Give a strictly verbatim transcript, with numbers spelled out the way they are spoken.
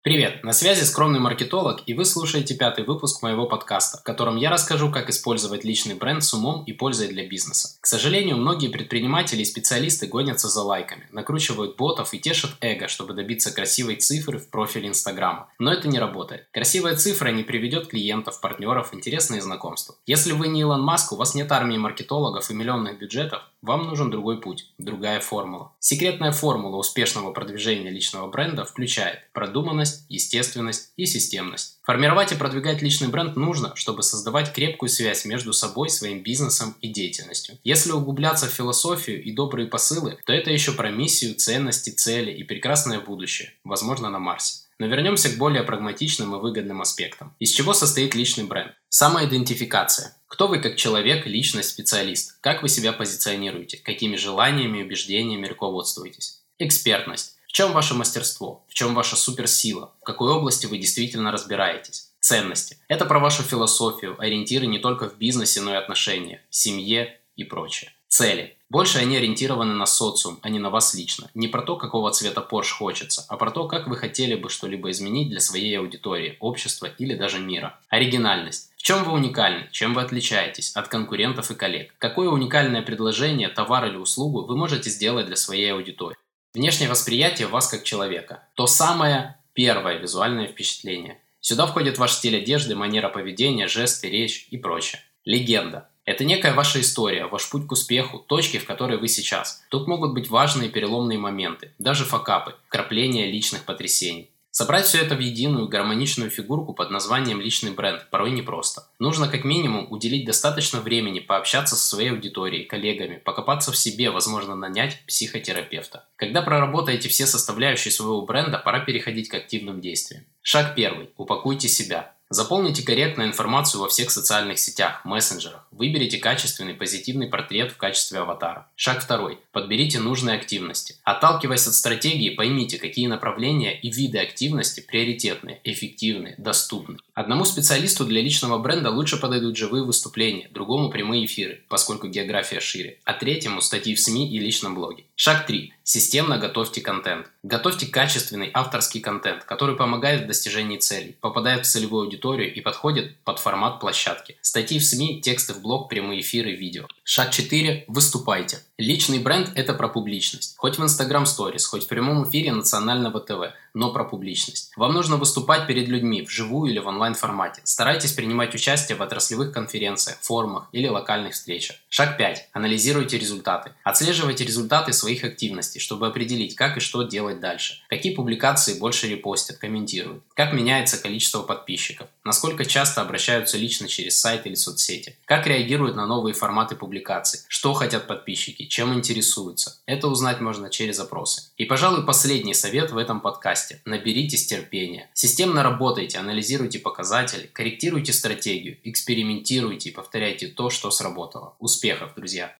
Привет, на связи скромный маркетолог, и вы слушаете пятый выпуск моего подкаста, в котором я расскажу, как использовать личный бренд с умом и пользой для бизнеса. К сожалению, многие предприниматели и специалисты гонятся за лайками, накручивают ботов и тешат эго, чтобы добиться красивой цифры в профиле Инстаграма. Но это не работает. Красивая цифра не приведет клиентов, партнеров, интересные знакомства. Если вы не Илон Маск, у вас нет армии маркетологов и миллионных бюджетов, вам нужен другой путь, другая формула. Секретная формула успешного продвижения личного бренда включает продуманность, естественность и системность. Формировать и продвигать личный бренд нужно, чтобы создавать крепкую связь между собой, своим бизнесом и деятельностью. Если углубляться в философию и добрые посылы, то это еще про миссию, ценности, цели и прекрасное будущее, возможно, на Марсе. Но вернемся к более прагматичным и выгодным аспектам. Из чего состоит личный бренд? Самоидентификация. Кто вы как человек, личность, специалист? Как вы себя позиционируете? Какими желаниями и убеждениями руководствуетесь? Экспертность. В чем ваше мастерство? В чем ваша суперсила? В какой области вы действительно разбираетесь? Ценности. Это про вашу философию, ориентиры не только в бизнесе, но и отношениях, семье и прочее. Цели. Больше они ориентированы на социум, а не на вас лично. Не про то, какого цвета Porsche хочется, а про то, как вы хотели бы что-либо изменить для своей аудитории, общества или даже мира. Оригинальность. В чем вы уникальны? Чем вы отличаетесь от конкурентов и коллег? Какое уникальное предложение, товар или услугу вы можете сделать для своей аудитории? Внешнее восприятие вас как человека. То самое первое визуальное впечатление. Сюда входит ваш стиль одежды, манера поведения, жесты, речь и прочее. Легенда. Это некая ваша история, ваш путь к успеху, точки, в которой вы сейчас. Тут могут быть важные переломные моменты, даже факапы, вкрапления личных потрясений. Собрать все это в единую гармоничную фигурку под названием личный бренд порой непросто. Нужно как минимум уделить достаточно времени пообщаться со своей аудиторией, коллегами, покопаться в себе, возможно, нанять психотерапевта. Когда проработаете все составляющие своего бренда, пора переходить к активным действиям. Шаг первый. Упакуйте себя. Заполните корректную информацию во всех социальных сетях, мессенджерах. Выберите качественный, позитивный портрет в качестве аватара. Шаг второй. Подберите нужные активности. Отталкиваясь от стратегии, поймите, какие направления и виды активности приоритетные, эффективные, доступны. Одному специалисту для личного бренда лучше подойдут живые выступления, другому прямые эфиры, поскольку география шире, а третьему статьи в СМИ и личном блоге. Шаг три. Системно готовьте контент. Готовьте качественный авторский контент, который помогает в достижении целей, попадает в целевую аудиторию и подходит под формат площадки. Статьи в СМИ, тексты в блог, прямые эфиры, видео. Шаг четыре. Выступайте. Личный бренд – это про публичность. Хоть в Instagram Stories, хоть в прямом эфире национального ТВ, но про публичность. Вам нужно выступать перед людьми, вживую или в онлайн-формате. Старайтесь принимать участие в отраслевых конференциях, форумах или локальных встречах. Шаг пять. Анализируйте результаты. Отслеживайте результаты своих активностей, чтобы определить, как и что делать дальше. Какие публикации больше репостят, комментируют. Как меняется количество подписчиков. Насколько часто обращаются лично через сайт или соцсети. Как реагируют на новые форматы публикаций. Что хотят подписчики, чем интересуются. Это узнать можно через опросы. И, пожалуй, последний совет в этом подкасте. Наберитесь терпения. Системно работайте, анализируйте показатели, корректируйте стратегию, экспериментируйте и повторяйте то, что сработало. Успехов, друзья!